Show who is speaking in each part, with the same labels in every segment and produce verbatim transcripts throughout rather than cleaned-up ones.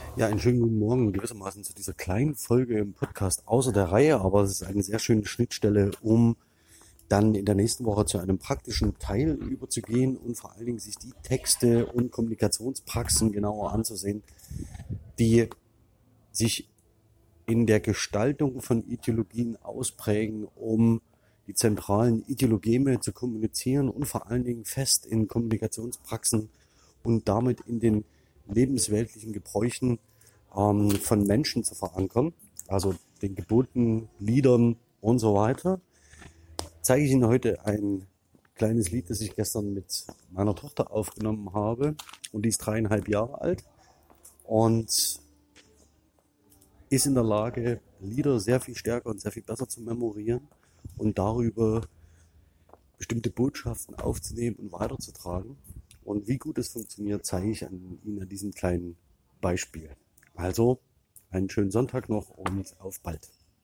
Speaker 1: Ja, einen schönen guten Morgen gewissermaßen zu dieser kleinen Folge im Podcast außer der Reihe, aber es ist eine sehr schöne Schnittstelle, um dann in der nächsten Woche zu einem praktischen Teil überzugehen und vor allen Dingen sich die Texte und Kommunikationspraxen genauer anzusehen, die sich in der Gestaltung von Ideologien ausprägen, um die zentralen Ideologeme zu kommunizieren und vor allen Dingen fest in Kommunikationspraxen und damit in den lebensweltlichen Gebräuchen ähm, von Menschen zu verankern, also den Geboten, Liedern und so weiter. Zeige ich Ihnen heute ein kleines Lied, das ich gestern mit meiner Tochter aufgenommen habe, und die ist dreieinhalb Jahre alt und ist in der Lage, Lieder sehr viel stärker und sehr viel besser zu memorieren und darüber bestimmte Botschaften aufzunehmen und weiterzutragen. Und wie gut es funktioniert, zeige ich an Ihnen an diesem kleinen Beispiel. Also, einen schönen Sonntag noch und auf bald.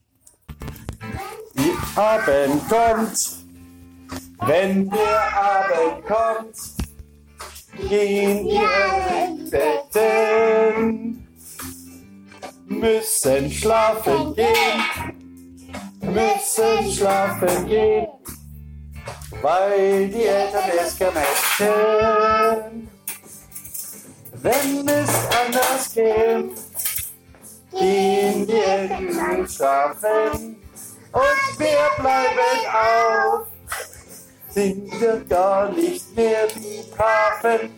Speaker 2: Die Abend kommt, wenn der Abend kommt, gehen wir in Betten, müssen schlafen gehen, müssen schlafen gehen, weil die Eltern es gern hätten. Wenn es anders geht, gehen die Eltern schlafen und wir bleiben auf, sind wir gar nicht mehr die Braven.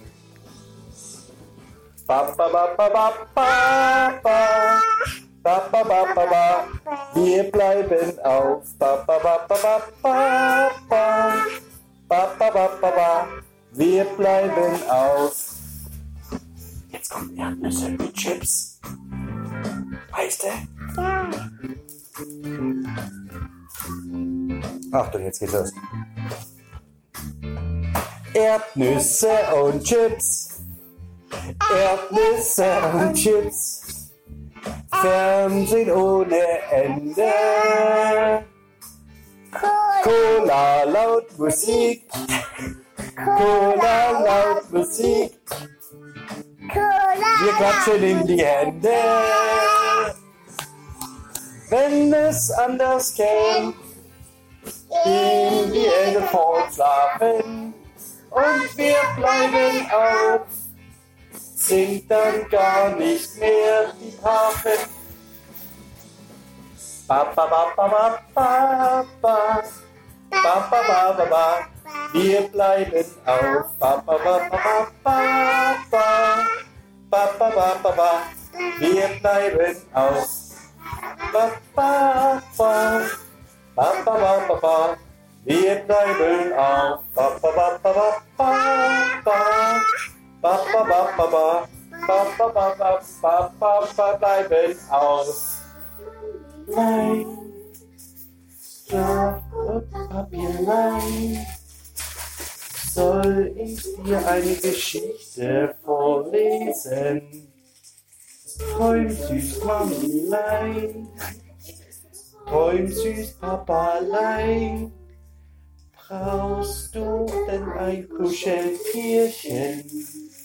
Speaker 2: Ba, ba, ba, ba, ba, ba, ba. Ba, ba, ba, ba, ba. Wir bleiben auf. Ba, ba, ba, ba, ba, ba, ba. Ba, ba, ba, ba, ba. Wir bleiben auf. Jetzt kommt Erdnüsse mit Chips. Weißt du?
Speaker 3: Ja.
Speaker 2: Achtung, jetzt geht's los. Erdnüsse und Chips. Erdnüsse und Chips. Fernsehen ohne Ende. Cola laut Musik. Cola laut Musik. Wir klatschen in die Hände. Wenn es anders käme, gehen die Eltern fortschlafen und wir bleiben auf, sind dann gar nicht mehr die Braven. Ba, ba, ba, ba, ba, ba, ba. Ba, ba, ba, ba, ba. Wir bleiben auf. Ba, ba, ba, ba, ba, ba. Ba, ba, ba, ba, ba. Wir bleiben auf. Ba, ba, ba. Ba, ba, ba, ba, ba. Wir bleiben auf. Ba, ba, ba, ba, ba, ba, ba. Ba, ba, ba, ba, ba. Ba, ba, ba, ba, ba, ba, ba, bleiben auf. Nein, Stoff und Papierlein, soll ich dir eine Geschichte vorlesen? Träum süß Mamilein, träum süß Papalein, brauchst du denn ein Kuscheltierchen?